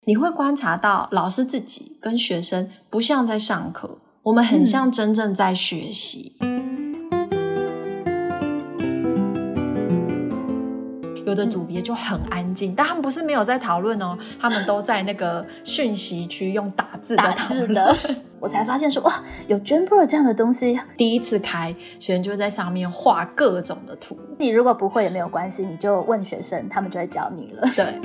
你会观察到老师自己跟学生不像在上课，我们很像真正在学习。有的组别就很安静，但他们不是没有在讨论哦，他们都在那个讯息区用打字的讨论。 我才发现说哇，有 Jamboard 这样的东西。 第一次开，学生就在上面画各种的图。 你如果不会也没有关系，你就问学生，他们就会教你了。 对。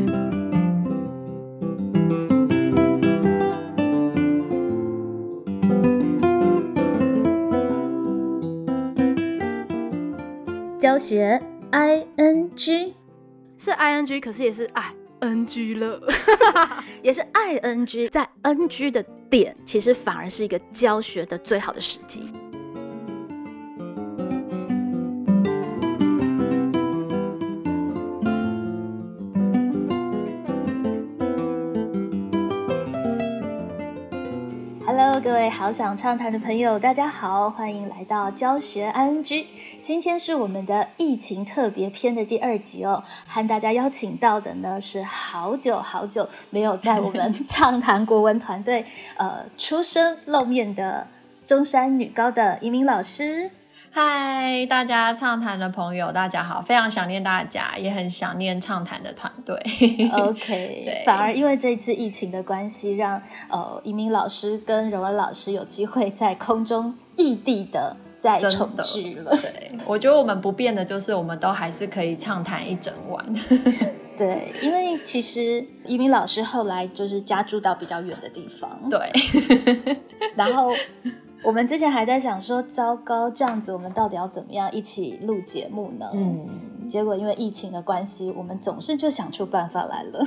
教学 ING 是 ING， 可是也是ING 了。 也是 ING， 在 NG 的点其实反而是一个教学的最好的时机。Hello， 各位好想畅谈的朋友，大家好，欢迎来到教学 ING。今天是我们的疫情特别篇的第2集哦，和大家邀请到的呢是好久没有在我们畅谈国文团队出声露面的中山女高的怡明老师。 嗨，大家畅谈的朋友大家好，非常想念大家，也很想念畅谈的团队。 OK， 反而因为这次疫情的关系，让怡明老师跟柔儿老师有机会在空中异地的再重聚了。 对，我觉得我们不变的就是我们都还是可以畅谈一整晚。 对，因为其实怡明老师后来就是家住到比较远的地方。 对。 然后我们之前还在想说，糟糕，这样子我们到底要怎么样一起录节目呢？结果因为疫情的关系，我们总是就想出办法来了。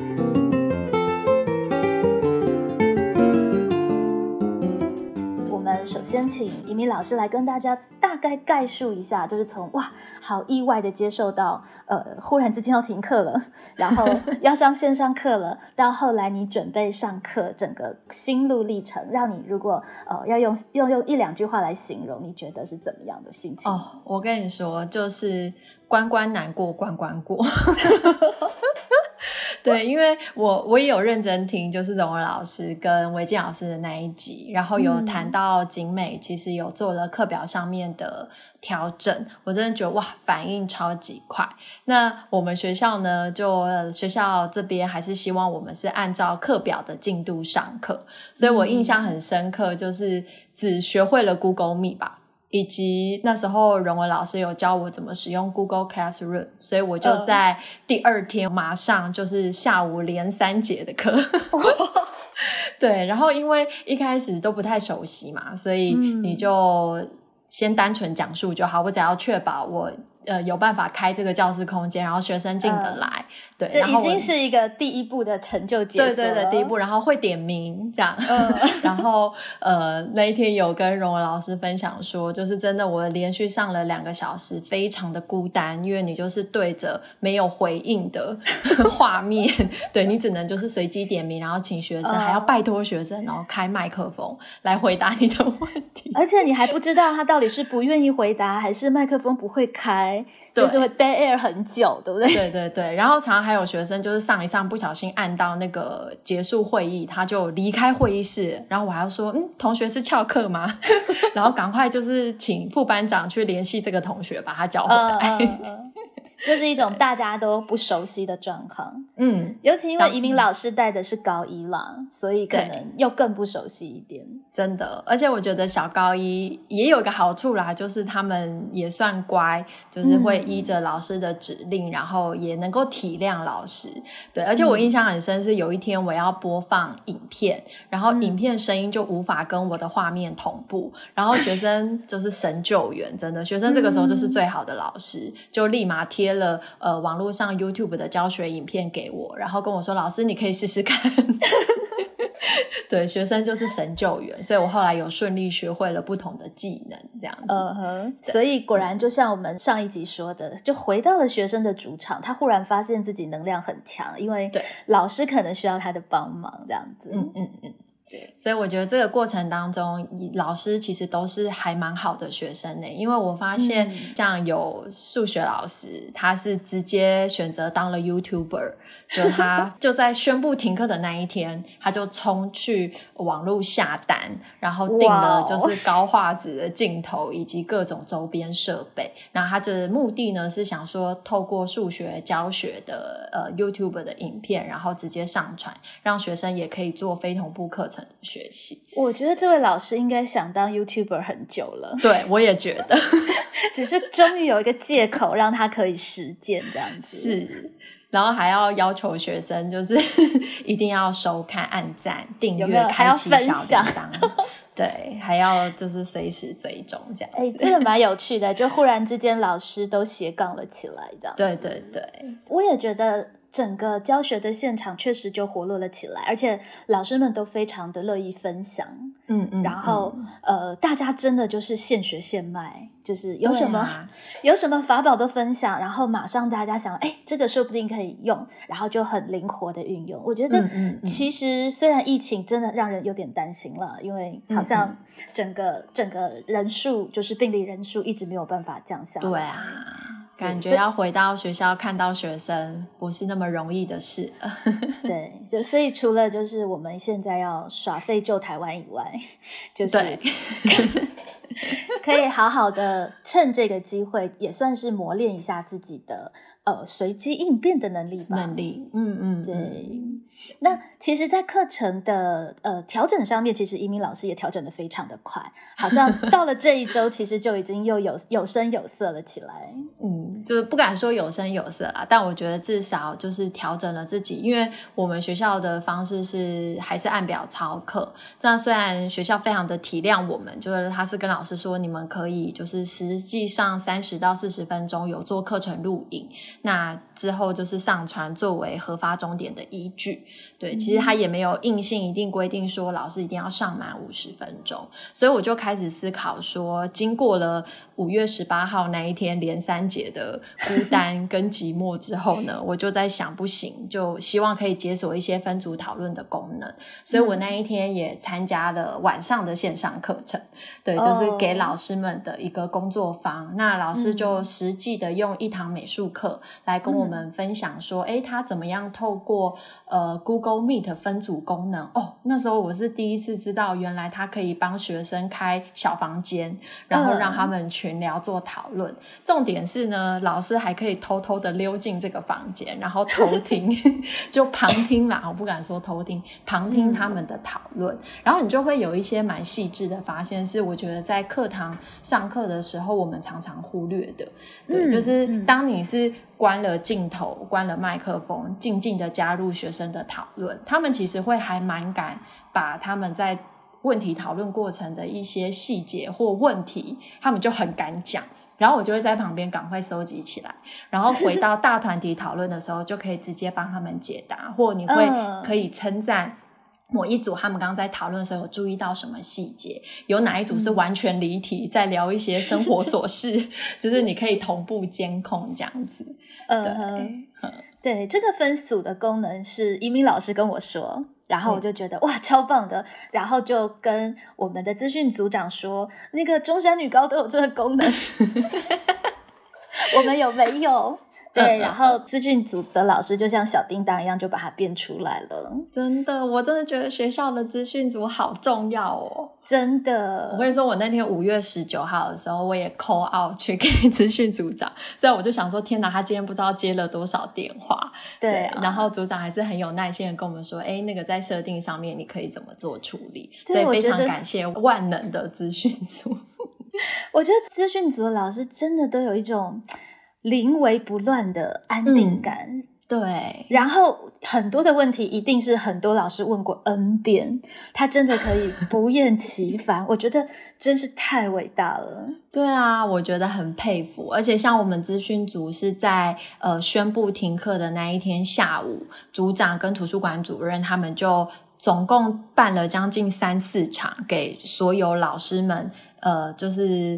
我们首先请怡明老师来跟大家大概概述一下，就是从哇好意外的接受到忽然之间要停课了，然后要上线上课了，到后来你准备上课，整个心路历程，让你如果要用1-2句话来形容，你觉得是怎么样的心情？ 我跟你说，就是关关难过关关过。对，因为我也有认真听，就是蓉儿老师跟维静老师的那一集，然后有谈到景美其实有做了课表上面的调整，我真的觉得哇，反应超级快。那我们学校呢，就学校这边还是希望我们是按照课表的进度上课，所以我印象很深刻，就是只学会了 Google Meet 吧。以及那时候荣文老师有教我怎么使用 Google Classroom， 所以我就在第2天马上就是下午连3节的课。对，然后因为一开始都不太熟悉嘛，所以你就先单纯讲述就好，我只要确保我有办法开这个教室空间，然后学生进得来。对， 这已经是一个第一步的成就解锁了。 对，第一步，然后会点名这样。然后那一天有跟荣文老师分享说，就是真的我连续上了2个小时，非常的孤单，因为你就是对着没有回应的画面，对，你只能就是随机点名，然后请学生还要拜托学生，然后开麦克风来回答你的问题， 而且你还不知道他到底是不愿意回答还是麦克风不会开，就是会 dead air 很久，对不对？ 对，然后常常还有学生就是上一上不小心按到那个结束会议，他就离开会议室，然后我还要说同学是翘课吗？然后赶快就是请副班长去联系这个同学把他叫回来。 就是一种大家都不熟悉的状况。尤其因为怡明老师带的是高一啦，所以可能又更不熟悉一点。 真的，而且我觉得小高一也有一个好处啦，就是他们也算乖，就是会依着老师的指令，然后也能够体谅老师。对，而且我印象很深是有一天我要播放影片，然后影片声音就无法跟我的画面同步，然后学生就是神救援，真的，学生这个时候就是最好的老师，就立马贴了网络上 YouTube 的教学影片给我，然后跟我说老师你可以试试看。对，学生就是神救援，所以我后来有顺利学会了不同的技能这样子。 所以果然就像我们上一集说的，就回到了学生的主场，他忽然发现自己能量很强，因为老师可能需要他的帮忙这样子。 对， 所以我觉得这个过程当中，老师其实都是还蛮好的学生呢。因为我发现像有数学老师，他是直接选择当了 YouTuber， 就他就在宣布停课的那一天，他就冲去网络下单，然后订了就是高画质的镜头以及各种周边设备。然后他的目的呢是想说，透过数学教学的YouTuber 的影片，然后直接上传，让学生也可以做非同步课程的学习。 我觉得这位老师应该想当 YouTuber 很久了。 对，我也觉得只是终于有一个借口让他可以实践这样子。 是，然后还要要求学生就是一定要收看、按赞、订阅、开启小铃铛对，还要就是随时追踪这样子。 这个蛮有趣的，就忽然之间老师都斜杠了起来这样子。 对对对， 我也觉得整个教学的现场确实就活络了起来，而且老师们都非常的乐意分享。然后大家真的就是现学现卖，就是有什么法宝都分享，然后马上大家想这个说不定可以用，然后就很灵活的运用。我觉得其实虽然疫情真的让人有点担心了，因为好像整个人数就是病例人数一直没有办法降下来。 对啊，感觉要回到学校看到学生不是那么容易的事对，就所以除了就是我们现在要耍废救台湾以外，就是可以好好的趁这个机会也算是磨练一下自己的随机应变的能力吧。对。那其实在课程的调整上面，其实移民老师也调整得非常的快，好像到了这一周其实就已经又有声有色了起来。 就是不敢说有声有色啦，但我觉得至少就是调整了自己，因为我们学校的方式是还是按表操课。那虽然学校非常的体谅我们，就是他是跟老师说你们可以就是实际上30到40分钟有做课程录影，那之后就是上传作为核发终点的依据。对，其实他也没有硬性一定规定说老师一定要上满50分钟，所以我就开始思考说，经过了5月18号那一天连3节的孤单跟寂寞之后呢，我就在想不行，就希望可以解锁一些分组讨论的功能，所以我那一天也参加了晚上的线上课程。对，就是给老师们的一个工作坊，那老师就实际的用一堂美术课来跟我们分享说他怎么样透过Google Meet 分组功能。那时候我是第一次知道原来他可以帮学生开小房间，然后让他们群聊做讨论。重点是呢，老师还可以偷偷的溜进这个房间，然后偷听就旁听啦，我不敢说偷听，旁听他们的讨论。然后你就会有一些蛮细致的发现，是我觉得在课堂上课的时候我们常常忽略的。对，就是当你是关了镜头关了麦克风静静的加入学生的讨论，他们其实会还蛮敢把他们在问题讨论过程的一些细节或问题他们就很敢讲，然后我就会在旁边赶快收集起来，然后回到大团体讨论的时候就可以直接帮他们解答，或你会可以称赞某一组他们刚刚在讨论的时候有注意到什么细节，有哪一组是完全离题在聊一些生活琐事就是你可以同步监控这样子。 对，这个分组的功能是移民老师跟我说，然后我就觉得哇超棒的，然后就跟我们的资讯组长说，那个中山女高都有这个功能我们有没有？对，然后资讯组的老师就像小叮当一样就把它变出来了。 真的，我真的觉得学校的资讯组好重要哦， 真的。我跟你说，我那天5月19号的时候我也 call out 去给资讯组长，所以我就想说天哪，他今天不知道接了多少电话。 对，然后组长还是很有耐心的跟我们说那个在设定上面你可以怎么做处理，所以非常感谢万能的资讯组我觉得资讯组的老师真的都有一种临危不乱的安定感。 对， 然后很多的问题一定是很多老师问过 N 遍，他真的可以不厌其烦我觉得真是太伟大了。 对啊，我觉得很佩服。而且像我们资讯组是在宣布停课的那一天下午，组长跟图书馆主任他们就总共办了将近3-4场给所有老师们就是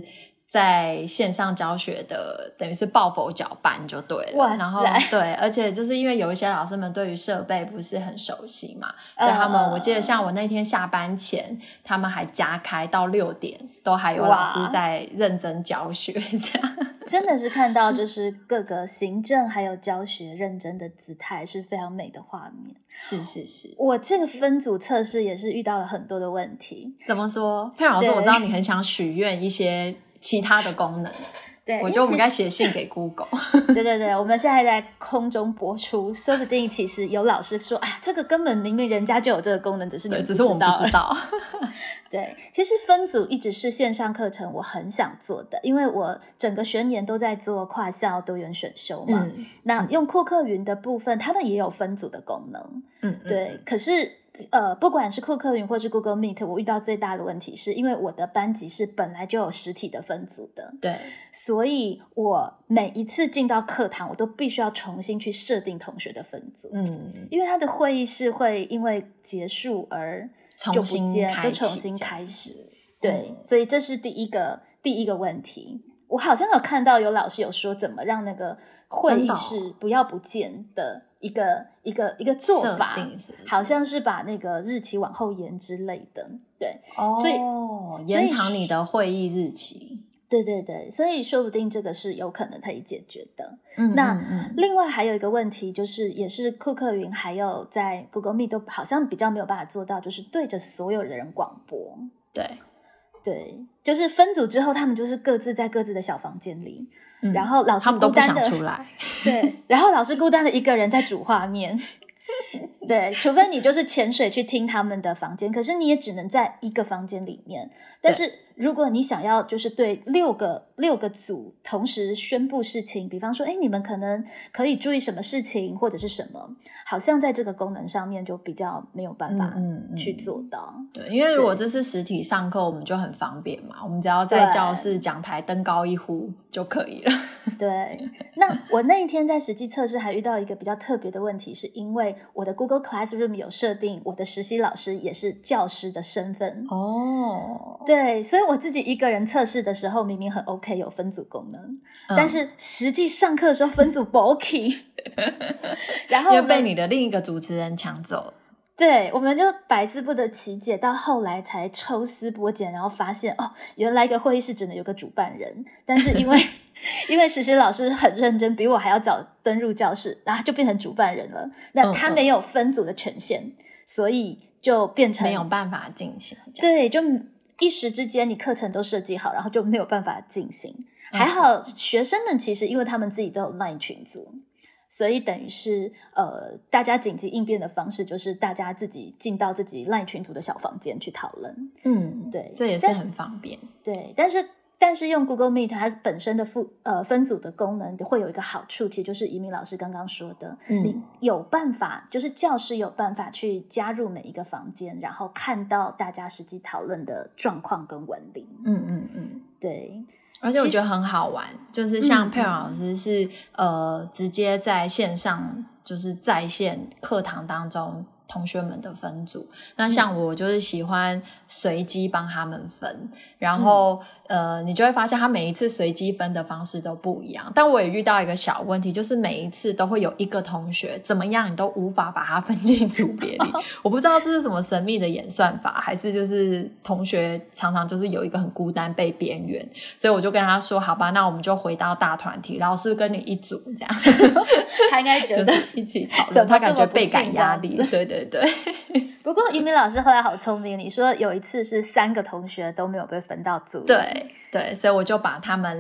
在线上教学的等于是抱佛脚班就对了。 哇塞， 然后对，而且就是因为有一些老师们对于设备不是很熟悉嘛，所以他们我记得像我那天下班前他们还加开到6点都还有老师在认真教学这样。 真的是看到就是各个行政还有教学认真的姿态，是非常美的画面。 是是是， 我这个分组测试也是遇到了很多的问题。 怎么说？佩老师，我知道你很想许愿一些其他的功能， 对， 我觉得我们该写信给 Google。 对对对，我们现在在空中播出，说不定其实有老师说，哎呀，这个根本明明人家就有这个功能，只是你们不知道， 只是我们不知道。 对，其实分组一直是线上课程我很想做的，因为我整个学年都在做跨校多元选修嘛。那用库克云的部分，他们也有分组的功能。对，可是不管是库克云或是 Google Meet， 我遇到最大的问题是因为我的班级是本来就有实体的分组的， 对， 所以我每一次进到课堂，我都必须要重新去设定同学的分组。因为他的会议室会因为结束而就不见，就重新开始。对，所以这是第一个问题。我好像有看到有老师有说怎么让那个会议室不要不见的一个做法， 是好像是把那个日期往后延之类的。对， 所以延长你的会议日期。 对对对，所以说不定这个是有可能可以解决的。那另外还有一个问题，就是也是库克云还有在 Google Meet 都好像比较没有办法做到，就是对着所有的人广播。对，就是分组之后他们就是各自在各自的小房间里，然后老师孤单的， 他们都不想出来。 对，然后老师孤单的一个人在煮画面。对，除非你就是潜水去听他们的房间，可是你也只能在一个房间里面。但是如果你想要就是对六个组同时宣布事情，比方说你们可能可以注意什么事情或者是什么，好像在这个功能上面就比较没有办法去做到。 对，因为如果这是实体上课，我们就很方便嘛，我们只要在教室讲台登高一呼就可以了。 对，那我那一天在实际测试还遇到一个比较特别的问题，是因为我的 Google Classroom 有设定我的实习老师也是教师的身份。对，所以我自己一个人测试的时候明明很 OK 有分组功能，但是实际上课的时候分组不 OK。然后因为被你的另一个主持人抢走了。 对，我们就百思不得其解，到后来才抽丝剥茧，然后发现原来一个会议室只能有个主办人，但是因为实习老师很认真，比我还要早登入教室，然后就变成主办人了。那他没有分组的权限，所以就变成没有办法进行。 对，就一时之间你课程都设计好，然后就没有办法进行。还好学生们其实因为他们自己都有 LINE 群组，所以等于是大家紧急应变的方式就是大家自己进到自己 LINE 群组的小房间去讨论。对， 这也是很方便。 对，但是用 Google Meet 它本身的分组的功能会有一个好处，其实就是宜民老师刚刚说的，你有办法，就是教师有办法去加入每一个房间，然后看到大家实际讨论的状况跟文理。对。 而且我觉得很好玩，就是像佩蓉老师是直接在线上就是在线课堂当中同学们的分组，那像我就是喜欢随机帮他们分，然后你就会发现他每一次随机分的方式都不一样，但我也遇到一个小问题，就是每一次都会有一个同学怎么样你都无法把他分进组别里我不知道这是什么神秘的演算法，还是就是同学常常就是有一个很孤单被边缘，所以我就跟他说好吧，那我们就回到大团体，老师跟你一组这样他应该觉得就是一起讨论，他感觉倍感压力。对不过宜民老师后来好聪明，你说有一次是3个同学都没有被分到组里。 对，所以我就把他们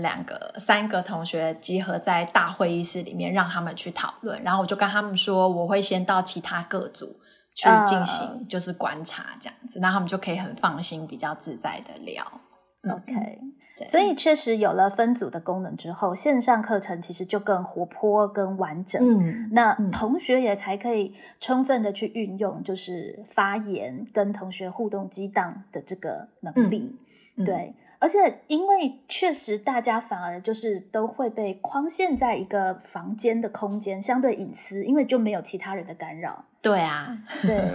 3个同学集合在大会议室里面让他们去讨论，然后我就跟他们说我会先到其他各组去进行就是观察这样子，那他们就可以很放心比较自在的聊。 OK，所以确实有了分组的功能之后，线上课程其实就更活泼跟完整。那同学也才可以充分的去运用就是发言跟同学互动激荡的这个能力。对，而且因为确实大家反而就是都会被框限在一个房间的空间，相对隐私，因为就没有其他人的干扰。 对啊， 对，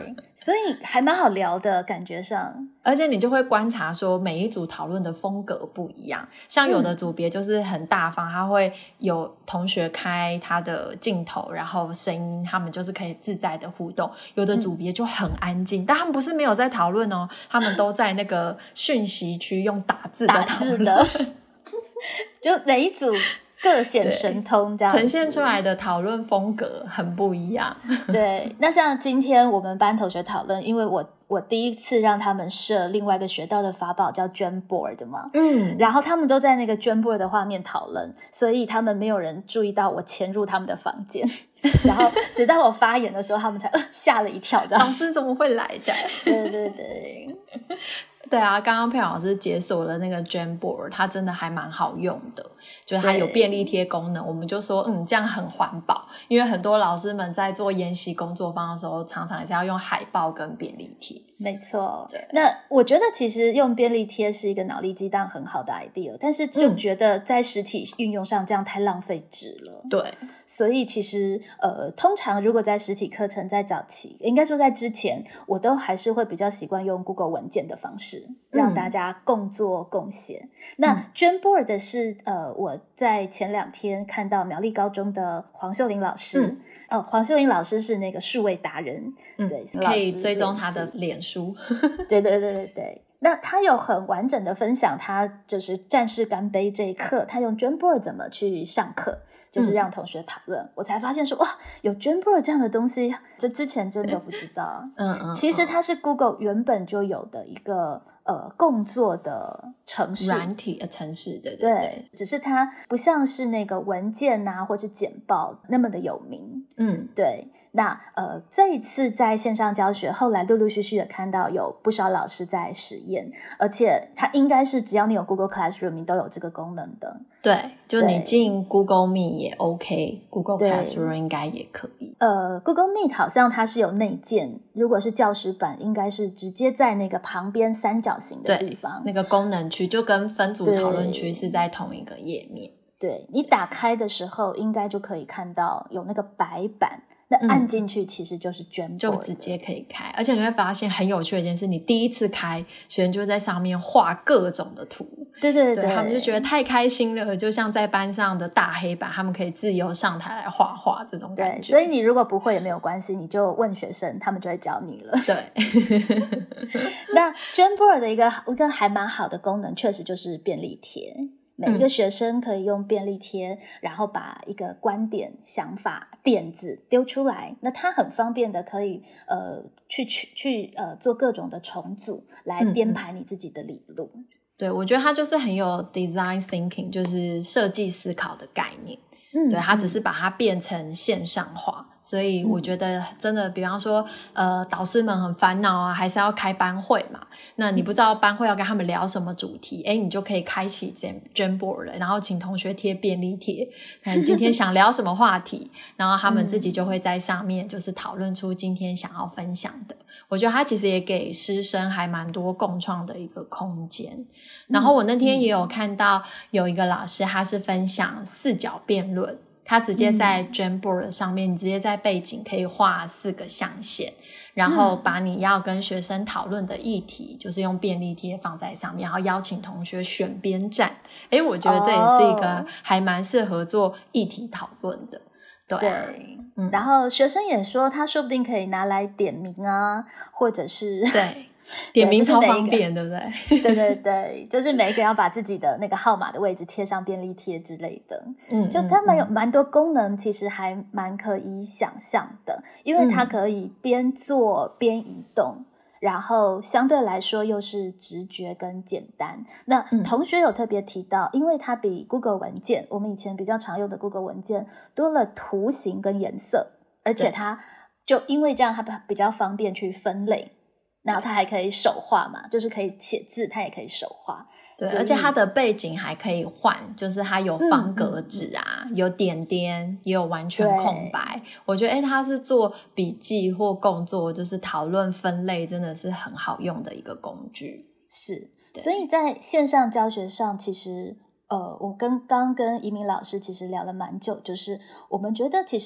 所以还蛮好聊的感觉上。 而且你就会观察说每一组讨论的风格不一样，像有的组别就是很大方，他会有同学开他的镜头，然后声音他们就是可以自在的互动，有的组别就很安静，但他们不是没有在讨论哦，他们都在那个讯息区用打字的讨论， 打字的就每一组各显神通，这样呈现出来的讨论风格很不一样。 对，那像今天我们班同学讨论，因为我第一次让他们设另外一个学到的法宝叫 Jamboard 嘛，然后他们都在那个 Jamboard 的画面讨论，所以他们没有人注意到我潜入他们的房间，然后直到我发言的时候，他们才吓了一跳， 老师怎么会来这样？ 对对对。 对啊，刚刚佩老师解锁了那个 Jamboard， 它真的还蛮好用的，就是它有便利贴功能，我们就说这样很环保，因为很多老师们在做研习工作坊的时候常常也是要用海报跟便利贴。 没错，对。那我觉得其实用便利贴是一个脑力激荡很好的 idea， 但是就觉得在实体运用上这样太浪费纸了。 对， 所以其实通常如果在实体课程在早期，应该说在之前，我都还是会比较习惯用 Google 文件的方式让大家共作共写。那 Jamboard 是我在前2天看到苗栗高中的黄秀玲老师，黄秀玲老师是那个数位达人，对， 可以追踪他的脸书。 对对对对对。那他有很完整的分享，他就是战士干杯这一课，他用 Jamboard 怎么去上课，就是让同学讨论，我才发现说哇，有 Jamboard 这样的东西，就之前真的不知道。其实它是 Google 原本就有的一个共作的程式软体的程式，对对 对， 只是它不像是那个文件啊或是简报那么的有名。对。那这一次在线上教学，后来陆陆续续的看到有不少老师在实验，而且它应该是只要你有 Google Classroom 你都有这个功能的。 对，就你进 Google Meet 也 OK， Google Classroom 应该也可以。 Google Meet 好像它是有内建，如果是教师版应该是直接在那个旁边三角形的地方， 那个功能区就跟分组讨论区是在同一个页面。 对，你打开的时候应该就可以看到有那个白板，那按进去其实就是 Jamboard， 就直接可以开。而且你会发现很有趣的一件事，你第一次开，学生就在上面画各种的图。 对对 对， 他们就觉得太开心了，就像在班上的大黑板，他们可以自由上台来画画这种感觉。 对，所以你如果不会也没有关系，你就问学生，他们就会教你了。 对。 那 Jamboard 的一个还蛮好的功能，确实就是便利贴。每一个学生可以用便利贴，然后把一个观点、想法、点子丢出来，那它很方便的可以去做各种的重组，来编排你自己的理路。 对，我觉得它就是很有 design thinking， 就是设计思考的概念。对，它只是把它变成线上化，所以我觉得真的比方说导师们很烦恼啊，还是要开班会嘛，那你不知道班会要跟他们聊什么主题，你就可以开启 Jamboard 了，然后请同学贴便利贴，看今天想聊什么话题，然后他们自己就会在上面就是讨论出今天想要分享的。我觉得它其实也给师生还蛮多共创的一个空间。然后我那天也有看到有一个老师，他是分享4角辩论，他直接在 Jamboard 上面，你直接在背景可以画4个象限，然后把你要跟学生讨论的议题就是用便利贴放在上面，然后邀请同学选边站。我觉得这也是一个还蛮适合做议题讨论的。 对，然后学生也说他说不定可以拿来点名啊，或者是对点名超方便，对不对？ 对对对，就是每一个人要把自己的那个号码的位置贴上便利贴之类的。就他们有蛮多功能，其实还蛮可以想象的，因为它可以边做边移动，然后相对来说又是直觉跟简单。那同学有特别提到，因为它比 Google 文件，我们以前比较常用的 Google 文件多了图形跟颜色，而且它就因为这样它比较方便去分类，然后它还可以手画嘛，就是可以写字，它也可以手画。 对，而且它的背景还可以换，就是它有方格纸啊，有点点，也有完全空白。我觉得它是做笔记或共作，就是讨论分类，真的是很好用的一个工具。 是，所以在线上教学上，其实我刚跟移民老师其实聊了蛮久，就是我们觉得其实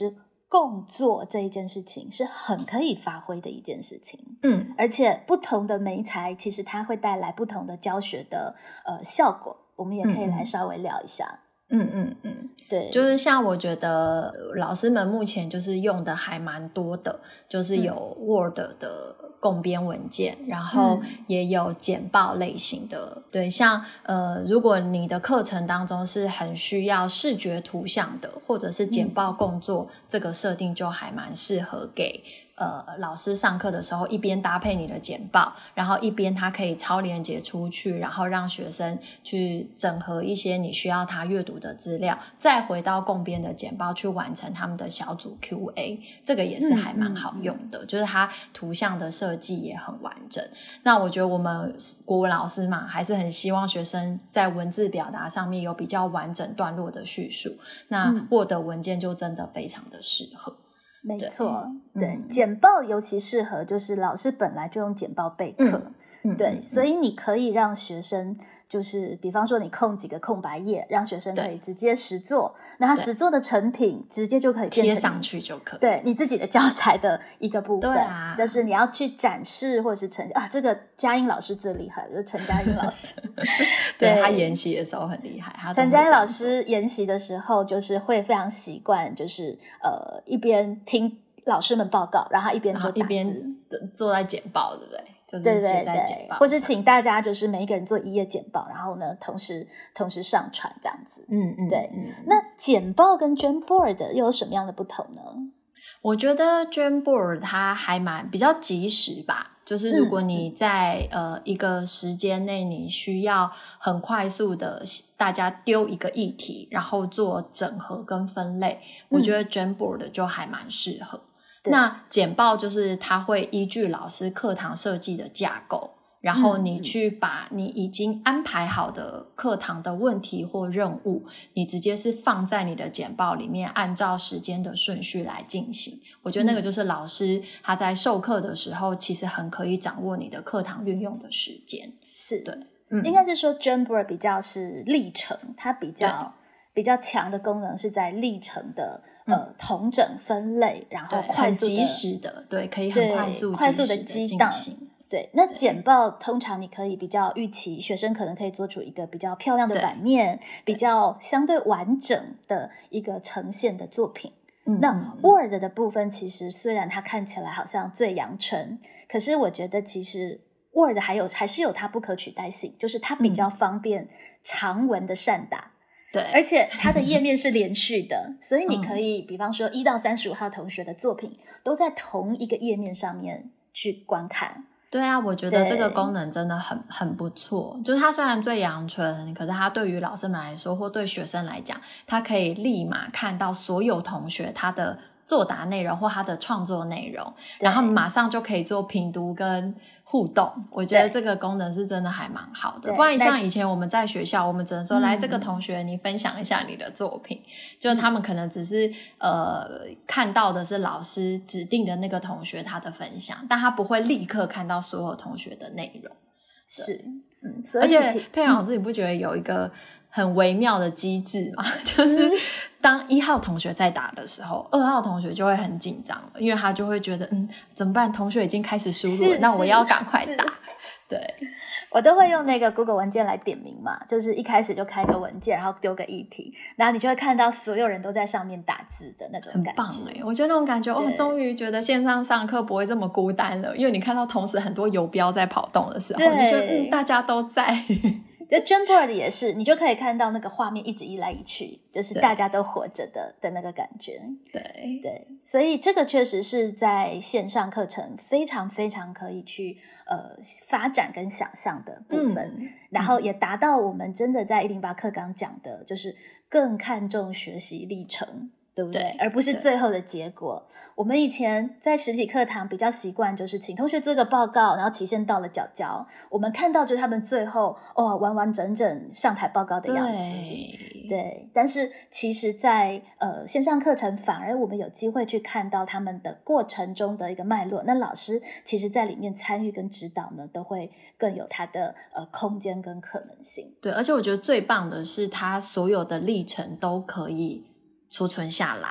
共作这一件事情是很可以发挥的一件事情，而且不同的媒材其实它会带来不同的教学的效果，我们也可以来稍微聊一下。 对，就是像我觉得老师们目前就是用的还蛮多的，就是有 Word 的共编文件，然后也有简报类型的。对，像如果你的课程当中是很需要视觉图像的，或者是简报共作，这个设定就还蛮适合给老师上课的时候一边搭配你的简报，然后一边他可以超连结出去，然后让学生去整合一些你需要他阅读的资料，再回到共编的简报去完成他们的小组 QA， 这个也是还蛮好用的，就是它图像的设计也很完整。那我觉得我们国文老师嘛，还是很希望学生在文字表达上面有比较完整段落的叙述，那 Word 文件就真的非常的适合。 没错，对，简报尤其适合就是老师本来就用简报备课，对，所以你可以让学生就是比方说你空几个空白页，让学生可以直接实作，那他实作的成品直接就可以变成贴上去就可以， 对你自己的教材的一个部分。对啊，就是你要去展示或者是呈现这个佳音老师最厉害，就是陈佳音老师对，他研习的时候很厉害， 陈佳音老师研习的时候就是会非常习惯，就是一边听老师们报告，然后一边就打字， 一边做在简报，对不对？ 对对对，或是请大家就是每一个人做一页简报，然后呢同时上传这样子。对。那简报跟 Jamboard 又有什么样的不同呢？ 我觉得 Jamboard 它还比较及时吧，就是如果你在一个时间内你需要很快速的大家丢一个议题，然后做整合跟分类，我觉得 Jamboard 就还蛮适合。那简报就是它会依据老师课堂设计的架构，然后你去把你已经安排好的课堂的问题或任务，你直接是放在你的简报里面，按照时间的顺序来进行。我觉得那个就是老师他在授课的时候其实很可以掌握你的课堂运用的时间。 是对，应该是说 Jamboard 比较是历程，它比较强的功能是在历程的统整分类，然后快速的及时的，对，可以很快速的激荡。对，那简报通常你可以比较预期学生可能可以做出一个比较漂亮的版面，比较相对完整的一个呈现的作品。那 Word 的部分其实虽然它看起来好像最阳春，可是我觉得其实 Word 还是有它不可取代性，就是它比较方便长文的善打。对，而且它的页面是连续的，所以你可以比方说1到35号同学的作品都在同一个页面上面去观看。 对啊，我觉得这个功能真的很不错，就是它虽然最阳春，可是它对于老师们来说或对学生来讲，它可以立马看到所有同学他的作答内容或他的创作内容，然后马上就可以做评读跟互动。我觉得这个功能是真的还蛮好的，不然像以前我们在学校我们只能说来这个同学你分享一下你的作品，就他们可能只是看到的是老师指定的那个同学他的分享，但他不会立刻看到所有同学的内容。 是， 而且佩蓉老师你不觉得有一个很微妙的机制嘛，就是当1号同学在打的时候，2号同学就会很紧张了，因为他就会觉得怎么办，同学已经开始输入了，那我要赶快打。对， 我都会用那个 Google 文件来点名嘛，就是一开始就开个文件，然后丢个议题，然后你就会看到所有人都在上面打字的那种感觉。 很棒我觉得那种感觉终于觉得线上上课不会这么孤单了，因为你看到同时很多游标在跑动的时候，你就觉得大家都在。 就 Jamboard 也是，你就可以看到那个画面一直移来移去，就是大家都活着的那个感觉。对，所以这个确实是在线上课程非常非常可以去发展跟想象的部分，然后也达到我们真的在108课纲讲的，就是更看重学习历程。对不对？而不是最后的结果。我们以前在实体课堂比较习惯就是请同学做一个报告，然后期限到了缴交，我们看到就是他们最后完完整整上台报告的样子。对，但是其实在线上课程反而我们有机会去看到他们的过程中的一个脉络，那老师其实在里面参与跟指导呢，都会更有他的空间跟可能性。 对，而且我觉得最棒的是他所有的历程都可以储存下来，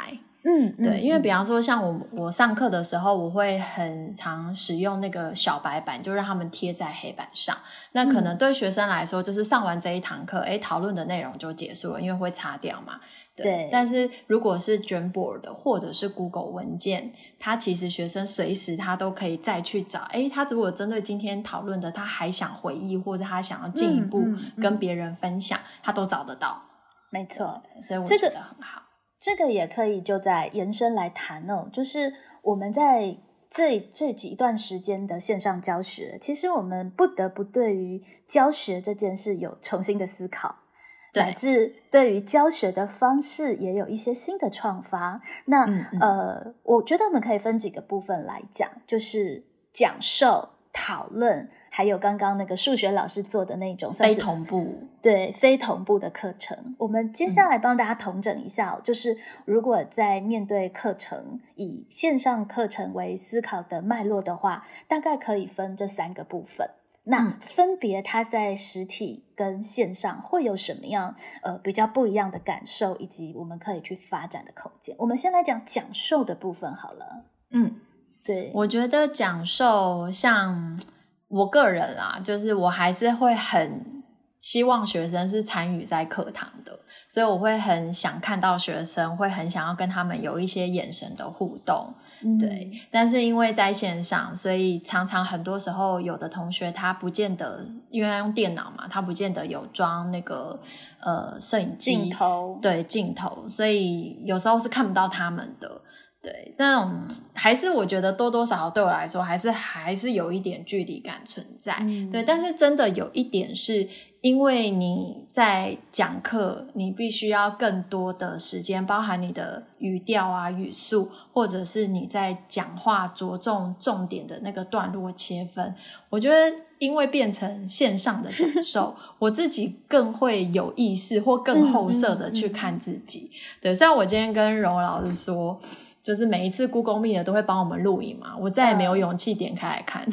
对，因为比方说像我上课的时候，我会很常使用那个小白板，就让他们贴在黑板上。那可能对学生来说，就是上完这一堂课，讨论的内容就结束了，因为会擦掉嘛。对。但是如果是卷 board 的或者是 Google 文件，它其实学生随时他都可以再去找，他如果针对今天讨论的，他还想回忆或者他想要进一步跟别人分享，他都找得到。 没错， 所以我觉得很好。 这个也可以就在延伸来谈哦，就是我们在这几段时间的线上教学，其实我们不得不对于教学这件事有重新的思考，乃至对于教学的方式也有一些新的创发。那我觉得我们可以分几个部分来讲，就是讲授、讨论，还有刚刚那个数学老师做的那种非同步， 对，非同步的课程。我们接下来帮大家统整一下就是如果在面对课程以线上课程为思考的脉络的话，大概可以分这3个部分。那分别它在实体跟线上会有什么样比较不一样的感受，以及我们可以去发展的空间。我们先来讲讲授的部分好了。对， 我觉得讲授像我个人啦，就是我还是会很希望学生是参与在课堂的，所以我会很想看到学生，会很想要跟他们有一些眼神的互动。对，但是因为在线上，所以常常很多时候有的同学他不见得，因为他用电脑嘛，他不见得有装那个摄影机镜头， 对，镜头，所以有时候是看不到他们的。对，那种还是我觉得多多少少对我来说还是有一点距离感存在。对，但是真的有一点是因为你在讲课，你必须要更多的时间，包含你的语调啊、语速，或者是你在讲话着重重点的那个段落切分，我觉得因为变成线上的讲授我自己更会有意识或更后设的去看自己。对，虽然我今天跟荣老师说就是每一次 Google Meet 都会帮我们录影嘛，我再也没有勇气点开来看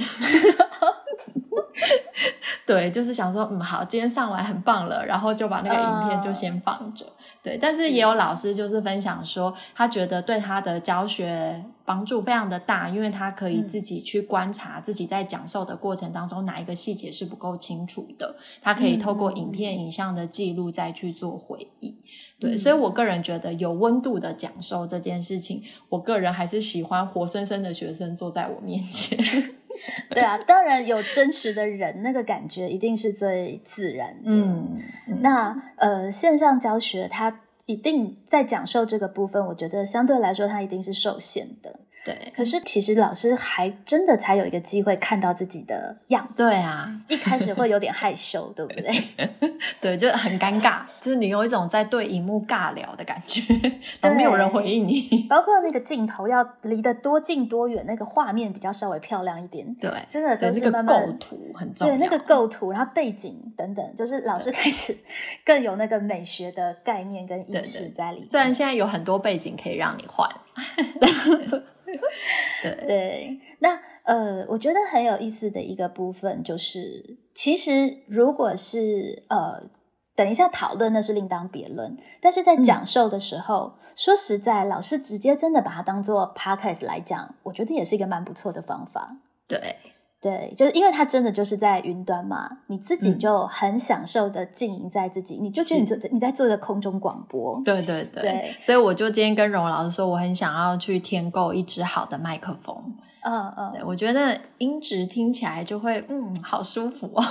对，就是想说好，今天上完很棒了，然后就把那个影片就先放着。对，但是也有老师就是分享说他觉得对他的教学帮助非常的大，因为他可以自己去观察自己在讲授的过程当中哪一个细节是不够清楚的，他可以透过影片影像的记录再去做回忆。对，所以我个人觉得有温度的讲授这件事情，我个人还是喜欢活生生的学生坐在我面前对啊，当然有真实的人，那个感觉一定是最自然的。那线上教学它一定在讲授这个部分，我觉得相对来说它一定是受限的。 对， 可是其实老师还真的才有一个机会看到自己的样子。 对啊， 一开始会有点害羞对不对？ 对，就很尴尬，就是你有一种在对荧幕尬聊的感觉，然后没有人回应你， 包括那个镜头要离得多近多远，那个画面比较稍微漂亮一点。 对， 真的都是慢慢那个构图很重要。 对，那个构图，然后背景等等，就是老师开始更有那个美学的概念跟意识在里面。 虽然现在有很多背景可以让你换对，那我觉得很有意思的一个部分就是，其实如果是等一下讨论那是另当别论，但是在讲授的时候，说实在，老师直接真的把它当做 podcast 来讲，我觉得也是一个蛮不错的方法。对，就是因为它真的就是在云端嘛，你自己就很享受的经营在自己，你就觉得你在做一个空中广播。 对，所以我就今天跟荣老师说，我很想要去添购一支好的麦克风。对，我觉得音质听起来就会好舒服哦。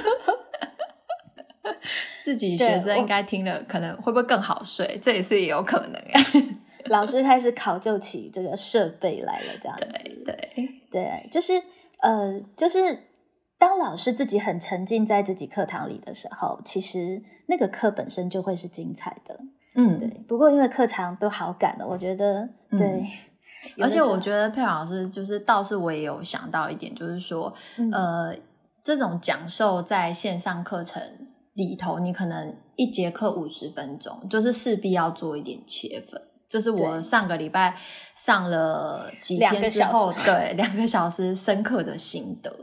自己学生应该听了可能会不会更好睡，这也是有可能老师开始考究起这个设备来了，这样子。对，就是当老师自己很沉浸在自己课堂里的时候，其实那个课本身就会是精彩的。对。不过因为课长都好赶了，我觉得对。 而且我觉得佩老师就是倒是我也有想到一点，就是说这种讲授在线上课程里头，你可能一节课50分钟，就是势必要做一点切分。就是我上个礼拜上了几天之后，对，2个小时深刻的心得。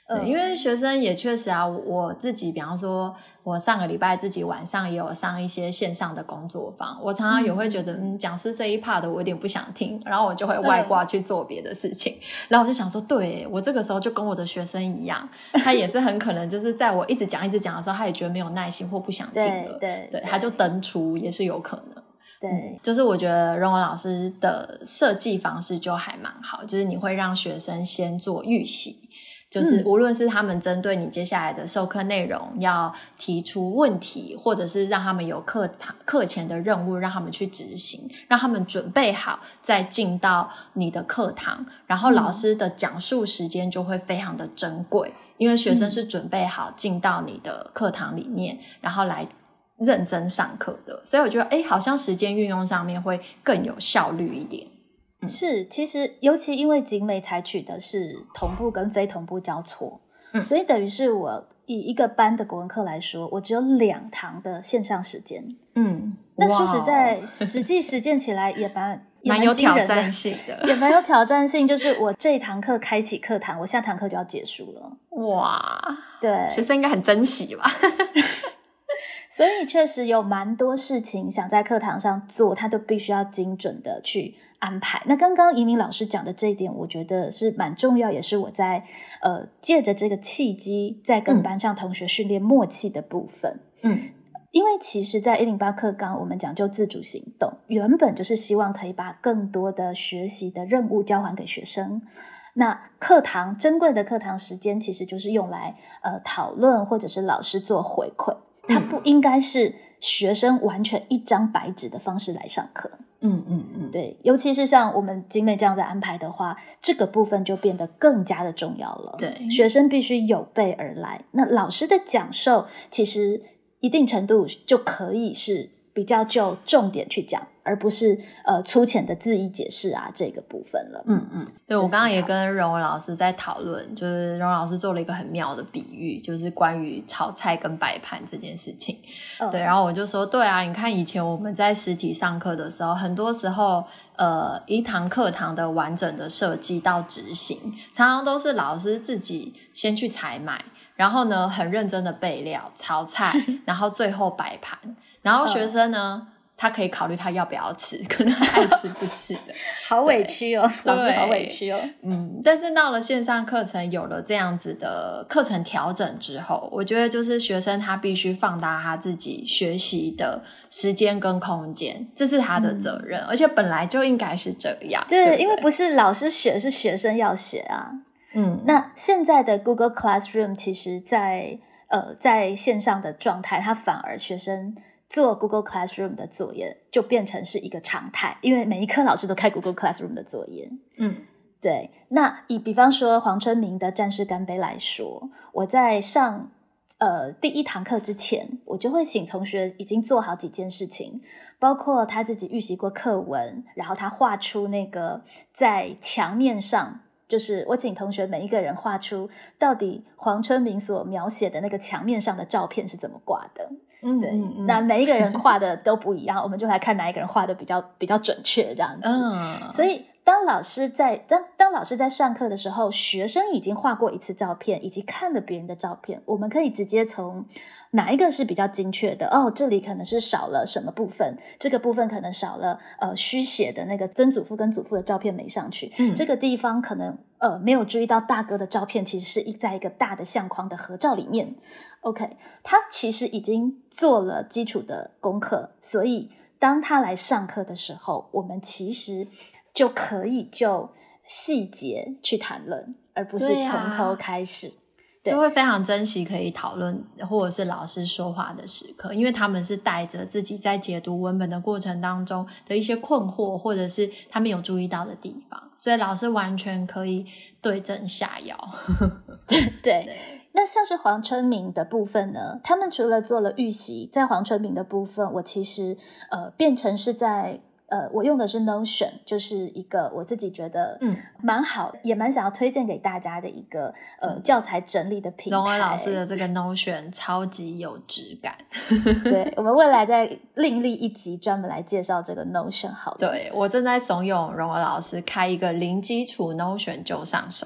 对，因为学生也确实啊，我自己比方说我上个礼拜自己晚上也有上一些线上的工作坊，我常常也会觉得讲师这一 part 的我有点不想听，然后我就会外挂去做别的事情，然后我就想说对，我这个时候就跟我的学生一样，他也是很可能就是在我一直讲的时候，他也觉得没有耐心或不想听了，对，他就登出也是有可能。 对， 就是我觉得荣文老师的设计方式就还蛮好，就是你会让学生先做预习，就是无论是他们针对你接下来的授课内容要提出问题，或者是让他们有课前的任务让他们去执行，让他们准备好再进到你的课堂，然后老师的讲述时间就会非常的珍贵，因为学生是准备好进到你的课堂里面，然后来认真上课的，所以我觉得好像时间运用上面会更有效率一点。 是，其实尤其因为景美采取的是同步跟非同步交错，所以等于是我以一个班的国文课来说，我只有2堂的线上时间。那说实在，实际实践起来也蛮有挑战性的， 也蛮有挑战性。就是我这一堂课开启课堂，我下堂课就要结束了。 哇， 对， 学生应该很珍惜吧？ 所以确实有蛮多事情想在课堂上做，他都必须要精准的去安排。那刚刚怡民老师讲的这一点，我觉得是蛮重要，也是我在借着这个契机在跟班上同学训练默契的部分。因为其实在108课纲我们讲究自主行动，原本就是希望可以把更多的学习的任务交还给学生。那课堂珍贵的课堂时间其实就是用来讨论或者是老师做回馈，它不应该是学生完全一张白纸的方式来上课。对，尤其是像我们景美这样在安排的话，这个部分就变得更加的重要了。 对， 学生必须有备而来，那老师的讲授其实一定程度就可以是比较就重点去讲，而不是粗浅的字义解释啊这个部分了。 对，我刚刚也跟荣文老师在讨论，就是荣文老师做了一个很妙的比喻，就是关于炒菜跟摆盘这件事情。对，然后我就说对啊，你看以前我们在实体上课的时候，很多时候一堂课堂的完整的设计到执行，常常都是老师自己先去采买，然后呢很认真的备料炒菜，然后最后摆盘，然后学生呢他可以考虑他要不要吃，可能他爱吃不吃的。 好委屈哦，老师好委屈哦。 但是到了线上课程有了这样子的课程调整之后，我觉得就是学生他必须放大他自己学习的时间跟空间，这是他的责任，而且本来就应该是这样。 对，因为不是老师学，是学生要学啊。那现在的 Google Classroom 其实在线上的状态，它反而学生做 Google Classroom 的作业就变成是一个常态，因为每一科老师都开 Google Classroom 的作业。对。那比方说黄春明的战士干杯来说，我在上第1堂课之前，我就会请同学已经做好几件事情，包括他自己预习过课文，然后他画出那个在墙面上，就是我请同学每一个人画出到底黄春明所描写的那个墙面上的照片是怎么挂的。对，那每一个人画的都不一样，我们就来看哪一个人画的比较准确这样子。所以当老师在上课的时候，学生已经画过一次照片，以及看了别人的照片，我们可以直接从哪一个是比较精确的，这里可能是少了什么部分，这个部分可能少了虚写的那个曾祖父跟祖父的照片没上去，这个地方可能没有注意到大哥的照片其实是在一个大的相框的合照里面。OK， 他其实已经做了基础的功课，所以当他来上课的时候，我们其实就可以就细节去谈论，而不是从头开始。 就会非常珍惜可以讨论或者是老师说话的时刻，因为他们是带着自己在解读文本的过程当中的一些困惑，或者是他们有注意到的地方，所以老师完全可以对症下药。 对，那像是黄春明的部分呢，他们除了做了预习，在黄春明的部分，我其实变成是在我用的是 Notion， 就是一个我自己觉得蛮好，也蛮想要推荐给大家的一个教材整理的平台。 荣文老师的这个 Notion 超级有质感。 对，我们未来再另立一集专门来介绍这个 Notion 好了。 对，我正在怂恿荣文老师开一个零基础 Notion 就上手。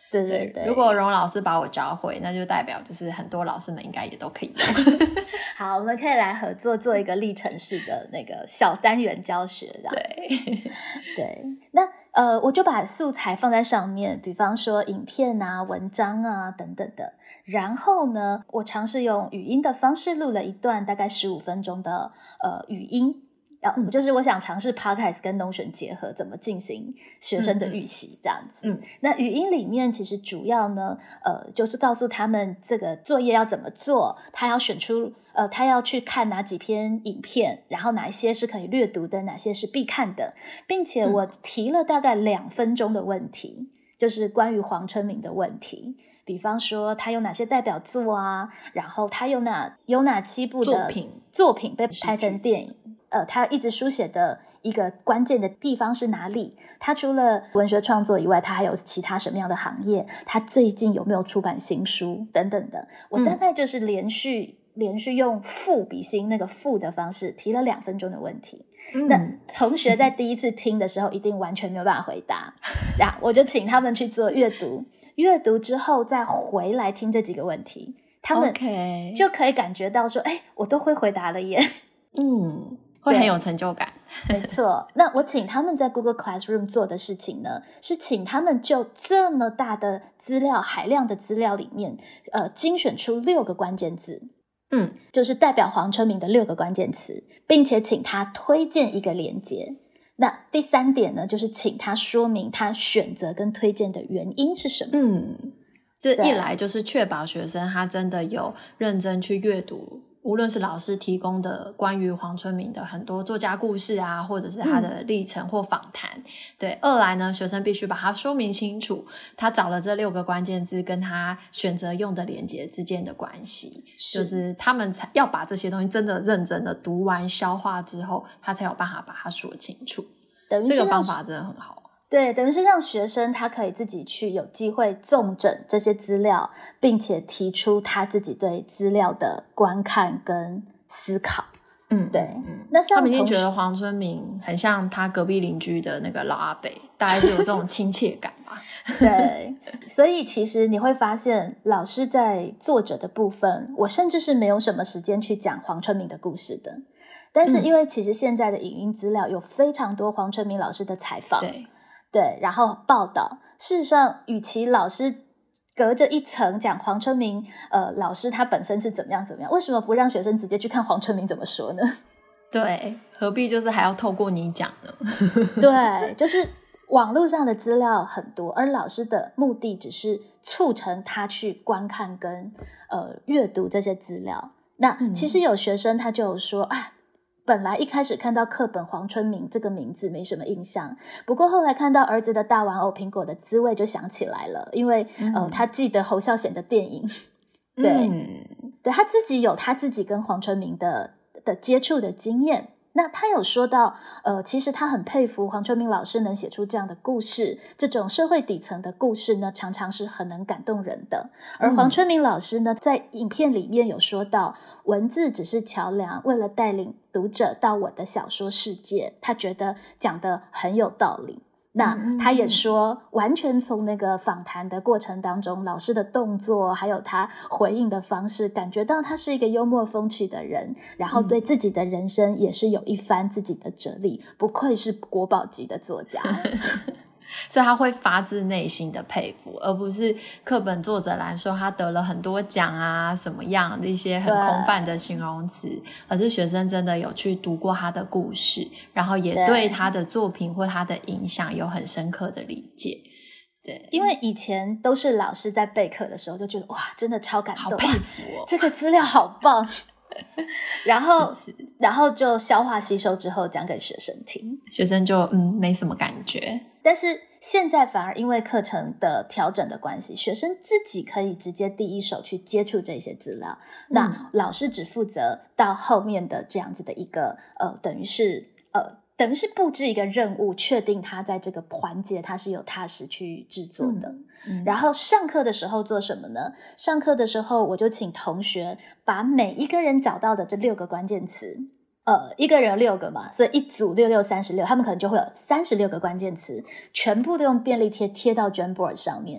对对对， 如果荣老师把我教会，那就代表就是很多老师们应该也都可以用。 好，我们可以来合作做一个历程式的那个小单元教学。 对对，那我就把素材放在上面，比方说影片啊、文章啊等等的。然后呢，我尝试用语音的方式录了一段大概15分钟的语音。就是我想尝试 podcast 跟 Notion 结合，怎么进行学生的预习这样子。那语音里面其实主要呢，就是告诉他们这个作业要怎么做，他要选出他要去看哪几篇影片，然后哪一些是可以略读的，哪些是必看的，并且我提了大概2分钟的问题，就是关于黄春明的问题。比方说他有哪些代表作啊，然后他有哪7部的作品被拍成电影，他一直书写的一个关键的地方是哪里，他除了文学创作以外，他还有其他什么样的行业，他最近有没有出版新书等等的。我大概就是连续用复比心那个复的方式提了2分钟的问题。那同学在第一次听的时候一定完全没有办法回答，然后我就请他们去做阅读之后再回来听这几个问题，他们就可以感觉到说我都会回答了耶。 会很有成就感。 没错，那我请他们在 Google Classroom 做的事情呢，是请他们就这么大的资料海量的资料里面精选出6个关键字，就是代表黄春明的6个关键词，并且请他推荐一个连结。那第3点呢，就是请他说明他选择跟推荐的原因是什么。 这一来就是确保学生他真的有认真去阅读，无论是老师提供的关于黄春明的很多作家故事啊，或者是他的历程或访谈。对，二来呢，学生必须把它说明清楚，他找了这6个关键字跟他选择用的连结之间的关系，就是他们才要把这些东西真的认真的读完消化之后，他才有办法把它说清楚。这个方法真的很好。 对，等于是让学生他可以自己去有机会纵整这些资料，并且提出他自己对资料的观看跟思考。对。那像他们一定觉得黄春明很像他隔壁邻居的那个老阿伯，大概是有这种亲切感吧。 对，所以其实你会发现老师在作者的部分，我甚至是没有什么时间去讲黄春明的故事的。但是因为其实现在的影音资料有非常多黄春明老师的采访，对，然后报道。事实上，与其老师隔着一层讲黄春明老师他本身是怎么样，为什么不让学生直接去看黄春明怎么说呢？ 对，何必就是还要透过你讲呢？ 对，就是网络上的资料很多，而老师的目的只是促成他去观看跟阅读这些资料。那其实有学生他就有说本来一开始看到课本黄春明这个名字没什么印象，不过后来看到儿子的大玩偶苹果的滋味就想起来了，因为他记得侯孝贤的电影。对，他自己有他自己跟黄春明的接触的经验。那他有说到其实他很佩服黄春明老师能写出这样的故事，这种社会底层的故事呢，常常是很能感动人的。而黄春明老师呢，在影片里面有说到，文字只是桥梁，为了带领读者到我的小说世界，他觉得讲得很有道理。那他也说，完全从那个访谈的过程当中，老师的动作还有他回应的方式，感觉到他是一个幽默风趣的人，然后对自己的人生也是有一番自己的哲理，不愧是国宝级的作家。 所以他会发自内心的佩服，而不是课本作者来说他得了很多奖啊什么样的一些很空泛的形容词，而是学生真的有去读过他的故事，然后也对他的作品或他的影响有很深刻的理解。对， 因为以前都是老师在备课的时候就觉得哇真的超感动， 好佩服哦， 这个资料好棒然后就消化吸收之后讲给学生听， 学生就没什么感觉。 但是现在反而因为课程的调整的关系，学生自己可以直接第一手去接触这些资料，那老师只负责到后面的这样子的一个等于是布置一个任务，确定他在这个环节他是有踏实去制作的。然后上课的时候做什么呢？上课的时候我就请同学把每一个人找到的这6个关键词，一个人有6个嘛，所以一组66 36，他们可能就会有36个关键词，全部都用便利贴贴到 Jamboard 上面。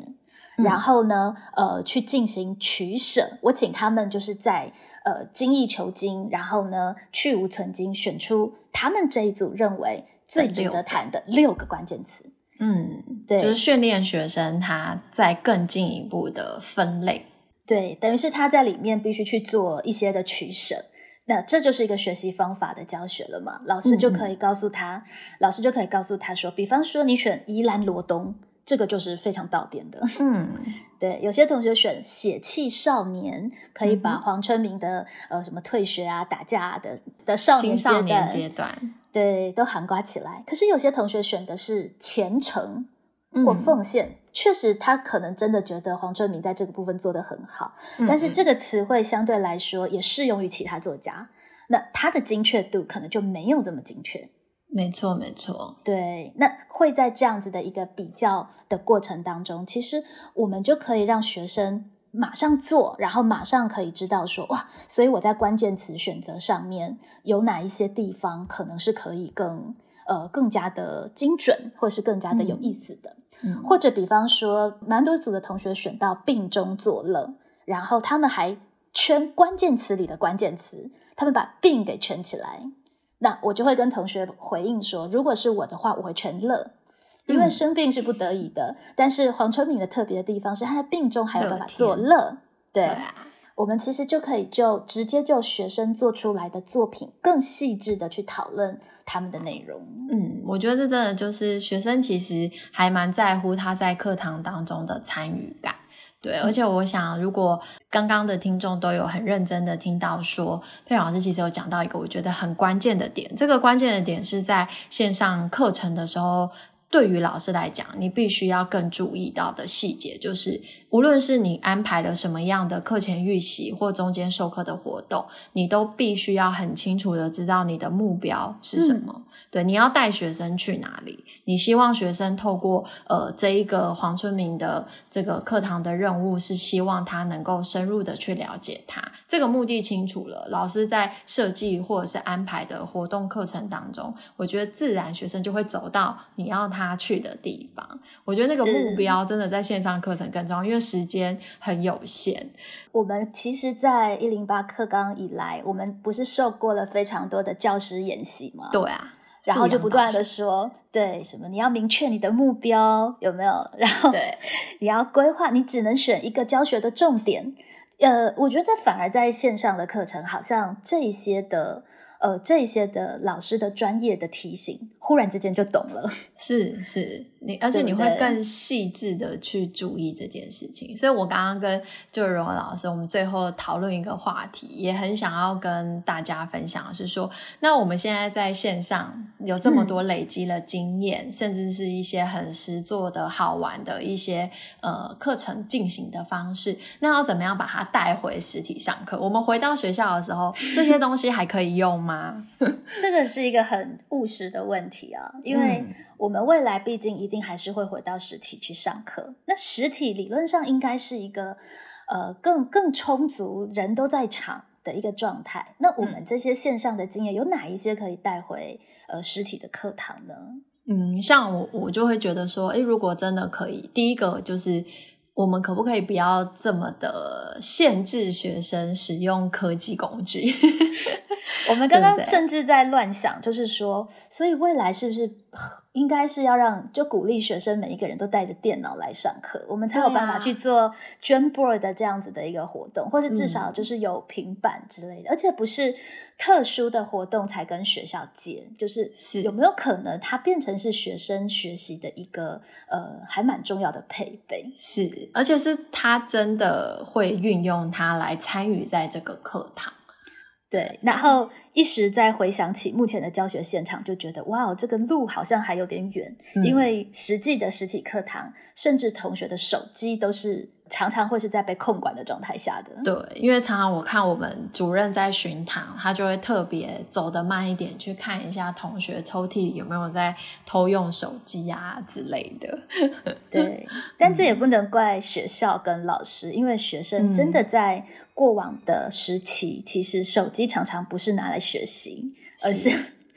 然后呢去进行取舍，我请他们就是在精益求精，然后呢去无存精，选出他们这一组认为最值得谈的6个关键词。对， 就是训练学生他再更进一步的分类。 对，等于是他在里面必须去做一些的取舍。那这就是一个学习方法的教学了嘛，老师就可以告诉他说，比方说你选宜兰罗东，这个就是非常到点的。对，有些同学选血气少年，可以把黄春明的什么退学啊、打架啊的少年青少年阶段， 对，都涵盖起来。可是有些同学选的是虔诚或奉献，确实他可能真的觉得黄春明在这个部分做得很好，但是这个词汇相对来说也适用于其他作家，那他的精确度可能就没有这么精确。 没错没错， 对，那会在这样子的一个比较的过程当中，其实我们就可以让学生马上做，然后马上可以知道说，哇，所以我在关键词选择上面有哪一些地方可能是可以更加的精准，或是更加的有意思的。或者比方说蛮多组的同学选到病中作乐，然后他们还圈关键词里的关键词，他们把病给圈起来，那我就会跟同学回应说，如果是我的话我会圈乐，因为生病是不得已的，但是黄春明的特别的地方是他在病中还有办法作乐。对，我们其实就可以直接就学生做出来的作品更细致的去讨论他们的内容。 我觉得这真的就是学生其实还蛮在乎他在课堂当中的参与感。对，而且我想如果刚刚的听众都有很认真的听到说，佩蓉老师其实有讲到一个我觉得很关键的点，这个关键的点是在线上课程的时候，对于老师来讲你必须要更注意到的细节，就是无论是你安排了什么样的课前预习或中间授课的活动，你都必须要很清楚的知道你的目标是什么。对，你要带学生去哪里，你希望学生透过这一个黄春明的这个课堂的任务是希望他能够深入的去了解他，这个目的清楚了，老师在设计或者是安排的活动课程当中，我觉得自然学生就会走到你要他去的地方。我觉得那个目标真的在线上课程更重要，因为时间很有限。 我们其实在108课纲以来，我们不是受过了非常多的教师研习吗？ 对啊， 然后就不断的说，对，什么你要明确你的目标有没有，然后对， 你要规划，你只能选一个教学的重点。我觉得反而在线上的课程，好像这一些的老师的专业的提醒，忽然之间就懂了。是， 而且你会更细致的去注意这件事情。所以我刚刚跟就是荣老师，我们最后讨论一个话题，也很想要跟大家分享，是说，那我们现在在线上有这么多累积了经验，甚至是一些很实作的好玩的一些课程进行的方式，那要怎么样把它带回实体上课？我们回到学校的时候，这些东西还可以用吗？ 这个是一个很务实的问题啊，因为我们未来毕竟一定还是会回到实体去上课，那实体理论上应该是一个更充足，人都在场的一个状态。那我们这些线上的经验有哪一些可以带回实体的课堂呢？ 像我就会觉得说，如果真的可以，第一个就是我们可不可以不要这么的限制学生使用科技工具？ 我们刚刚甚至在乱想，就是说，所以未来是不是应该是要就鼓励学生每一个人都带着电脑来上课，我们才有办法去做 Jamboard 的这样子的一个活动，或是至少就是有平板之类的，而且不是特殊的活动才跟学校接，就是有没有可能它变成是学生学习的一个还蛮重要的配备？ 是，而且是他真的会运用它来参与在这个课堂。 对，然后一时再回想起目前的教学现场，就觉得哇，这个路好像还有点远，因为实际的实体课堂，甚至同学的手机都是常常会是在被控管的状态下的。 对，因为常常我看我们主任在巡堂，他就会特别走得慢一点，去看一下同学抽屉里有没有在偷用手机啊之类的。 对，但这也不能怪学校跟老师，因为学生真的在过往的时期，其实手机常常不是拿来学习，而是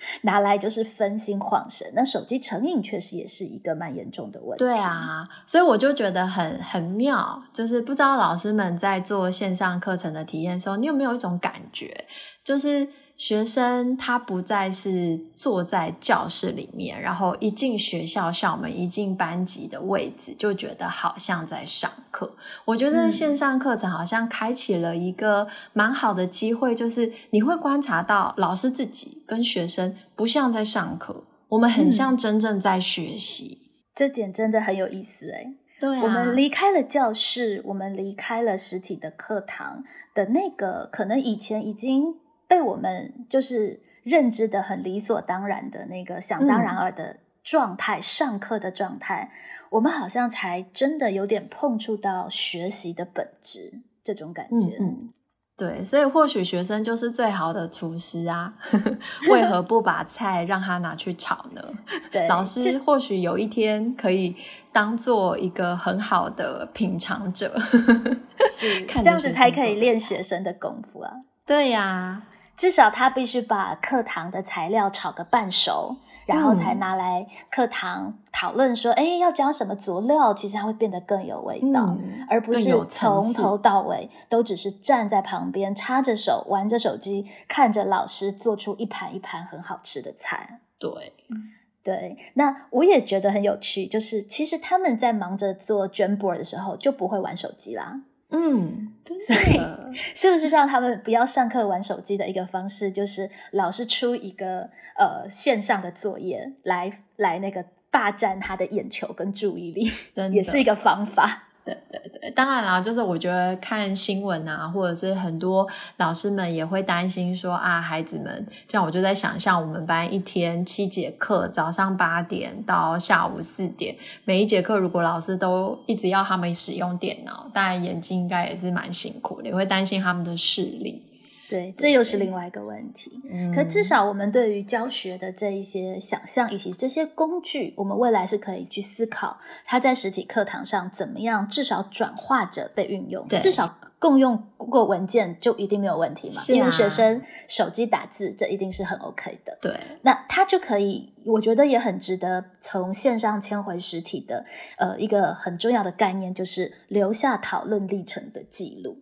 拿来就是分心晃神。那手机成瘾确实也是一个蛮严重的问题。 对啊，所以我就觉得很妙，就是不知道老师们在做线上课程的体验的时候，你有没有一种感觉，就是学生他不再是坐在教室里面，然后一进学校校门一进班级的位置就觉得好像在上课。我觉得线上课程好像开启了一个蛮好的机会，就是你会观察到老师自己跟学生不像在上课，我们很像真正在学习。 这点真的很有意思欸。 对啊， 我们离开了教室，我们离开了实体的课堂的那个可能以前已经被我们就是认知的很理所当然的那个想当然尔的状态，上课的状态，我们好像才真的有点碰触到学习的本质这种感觉。 对，所以或许学生就是最好的厨师啊，为何不把菜让他拿去炒呢？ 对， 老师或许有一天可以当做一个很好的品尝者， 是这样子才可以练学生的功夫啊。 对呀， 至少他必须把课堂的材料炒个半熟，然后才拿来课堂讨论说要加什么佐料，其实它会变得更有味道，而不是从头到尾都只是站在旁边插着手玩着手机，看着老师做出一盘一盘很好吃的菜。对，那我也觉得很有趣，就是其实他们在忙着做 Jamboard 的时候就不会玩手机啦。所以是不是让他们不要上课玩手机的一个方式，就是老师出一个线上的作业来那个霸占他的眼球跟注意力，也是一个方法。 对，当然啦，就是我觉得看新闻啊，或者是很多老师们也会担心说啊，孩子们，像我就在想象我们班一天7节课，早上8点到下午4点，每一节课如果老师都一直要他们使用电脑，当然眼睛应该也是蛮辛苦的，也会担心他们的视力。 对，这又是另外一个问题。可至少我们对于教学的这一些想象以及这些工具，我们未来是可以去思考它在实体课堂上怎么样至少转化着被运用，至少共用 Google 文件就一定没有问题嘛，因为学生手机打字这一定是很 OK 的。 对， 那它就可以，我觉得也很值得从线上迁回实体的一个很重要的概念，就是留下讨论历程的记录。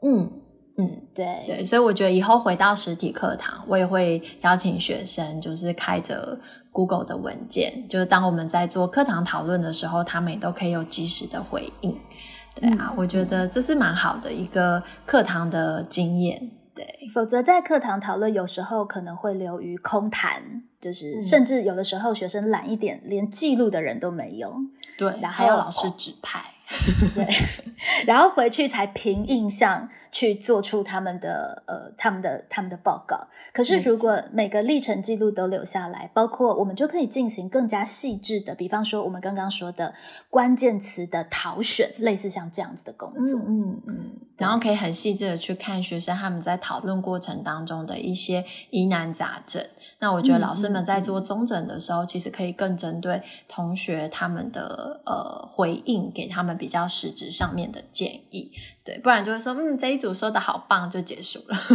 对， 所以我觉得以后回到实体课堂，我也会邀请学生就是开着 Google 的文件，就是当我们在做课堂讨论的时候，他们也都可以有及时的回应。对啊，我觉得这是蛮好的一个课堂的经验。对， 否则在课堂讨论有时候可能会流于空谈，就是甚至有的时候学生懒一点，连记录的人都没有。 对，然后还有老师指派。 对，然后回去才凭印象去做出他们的报告。可是如果每个历程记录都留下来，包括我们就可以进行更加细致的，比方说我们刚刚说的关键词的讨选，类似像这样子的工作。 然后可以很细致的去看学生他们在讨论过程当中的一些疑难杂症。那我觉得老师们在做综整的时候，其实可以更针对同学他们的回应，给他们比较实质上面的建议。对，不然就会说这一组说的好棒就结束了。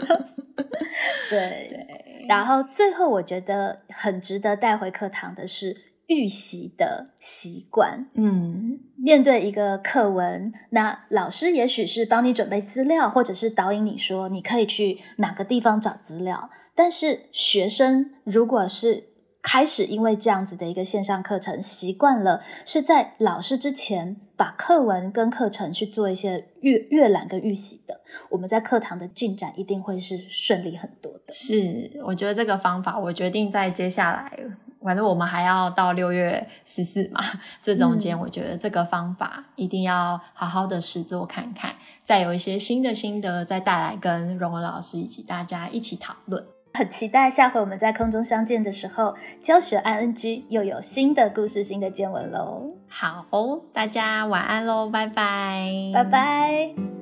对，然后最后我觉得很值得带回课堂的是预习的习惯。面对一个课文，那老师也许是帮你准备资料，或者是导引你说你可以去哪个地方找资料，但是学生如果是开始因为这样子的一个线上课程习惯了是在老师之前把课文跟课程去做一些阅览跟预习的，我们在课堂的进展一定会是顺利很多的。 是，我觉得这个方法我决定在接下来，反正我们还要到6月14嘛，这中间我觉得这个方法一定要好好的实作看看，再有一些新的心得再带来跟荣文老师以及大家一起讨论。 很期待下回我们在空中相见的时候，教学 ING 又有新的故事新的见闻咯。 好，大家晚安咯，拜拜。 拜拜。